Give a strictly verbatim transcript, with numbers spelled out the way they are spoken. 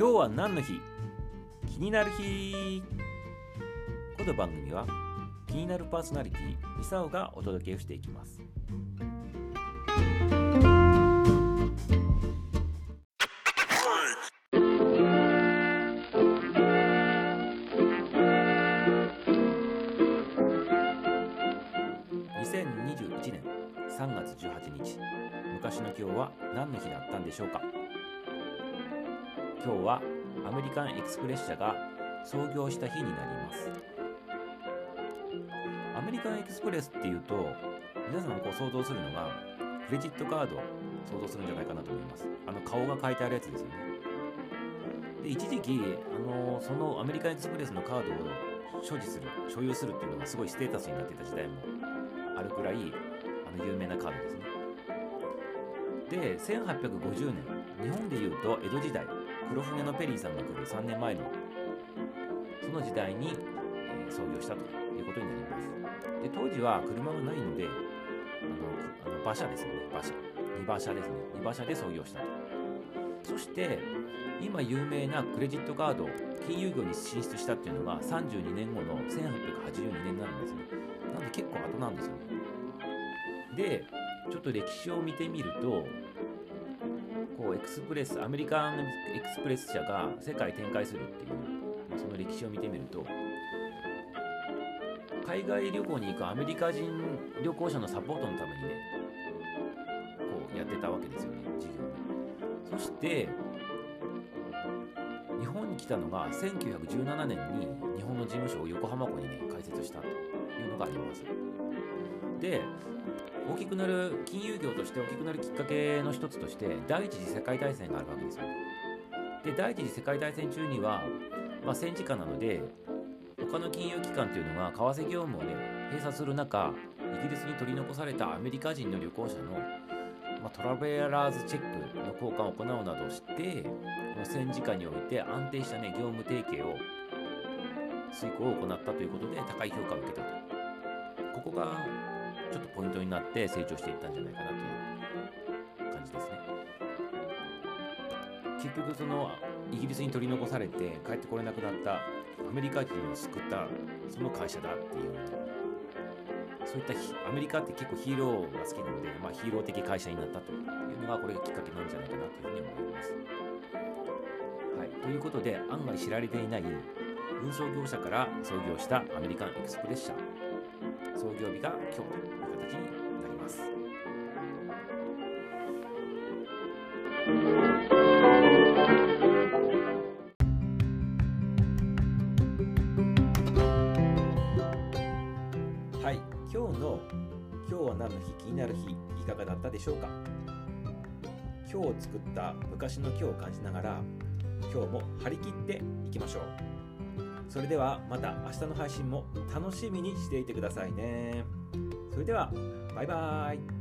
今日は何の日？気になる日。この番組は気になるパーソナリティミサオがお届けをしていきます。にせんにじゅういちねんさんがつじゅうはちにち、昔の今日は何の日だったんでしょうか。今日はアメリカンエクスプレス社が創業した日になります。アメリカンエクスプレスっていうと皆さんこう想像するのがクレジットカードを想像するんじゃないかなと思います。あの顔が書いてあるやつですよね。で一時期あのそのアメリカンエクスプレスのカードを所持する所有するっていうのがすごいステータスになっていた時代もあるくらいあの有名なカードですね。でせんはっぴゃくごじゅうねん、日本でいうと江戸時代、黒船のペリーさんが来るさんねんまえのその時代に、えー創業したということになります。で当時は車がないのであのあの馬車ですよね。馬車に馬車ですね。に馬車で創業したと。そして今有名なクレジットカード金融業に進出したっていうのがさんじゅうにねんごのせんはっぴゃくはちじゅうにねんになるんですね。なんで結構後なんですよね。でちょっと歴史を見てみると、こうエクスプレスアメリカンエクスプレス社が世界展開するっていう、まあ、その歴史を見てみると、海外旅行に行くアメリカ人旅行者のサポートのためにねこうやってたわけですよね、事業に。そして日本に来たのがせんきゅうひゃくじゅうななねんに日本の事務所を横浜港にね開設したというのがあります。で大きくなる金融業として大きくなるきっかけの一つとして第一次世界大戦があるわけですよ。で第一次世界大戦中には、まあ、戦時下なので他の金融機関というのが為替業務をね閉鎖する中、イギリスに取り残されたアメリカ人の旅行者の、まあ、トラベラーズチェックの交換を行うなどしてこの戦時下において安定したね業務提携を遂行を行ったということで高い評価を受けたと。ここがちょっとポイントになって成長していったんじゃないかなという感じですね。結局そのイギリスに取り残されて帰ってこれなくなったアメリカ人を救ったその会社だっていう、そういったアメリカって結構ヒーローが好きなので、まあ、ヒーロー的会社になったというのがこれがきっかけなんじゃないかなというふうに思います。はい、ということで案外知られていない運送業者から創業したアメリカンエクスプレス社、創業日が今日という形になります。はい、今日の今日は何の日気になる日いかがだったでしょうか。今日を作った昔の今日を感じながら今日も張り切っていきましょう。それではまた明日の配信も楽しみにしていてくださいね。それではバイバーイ。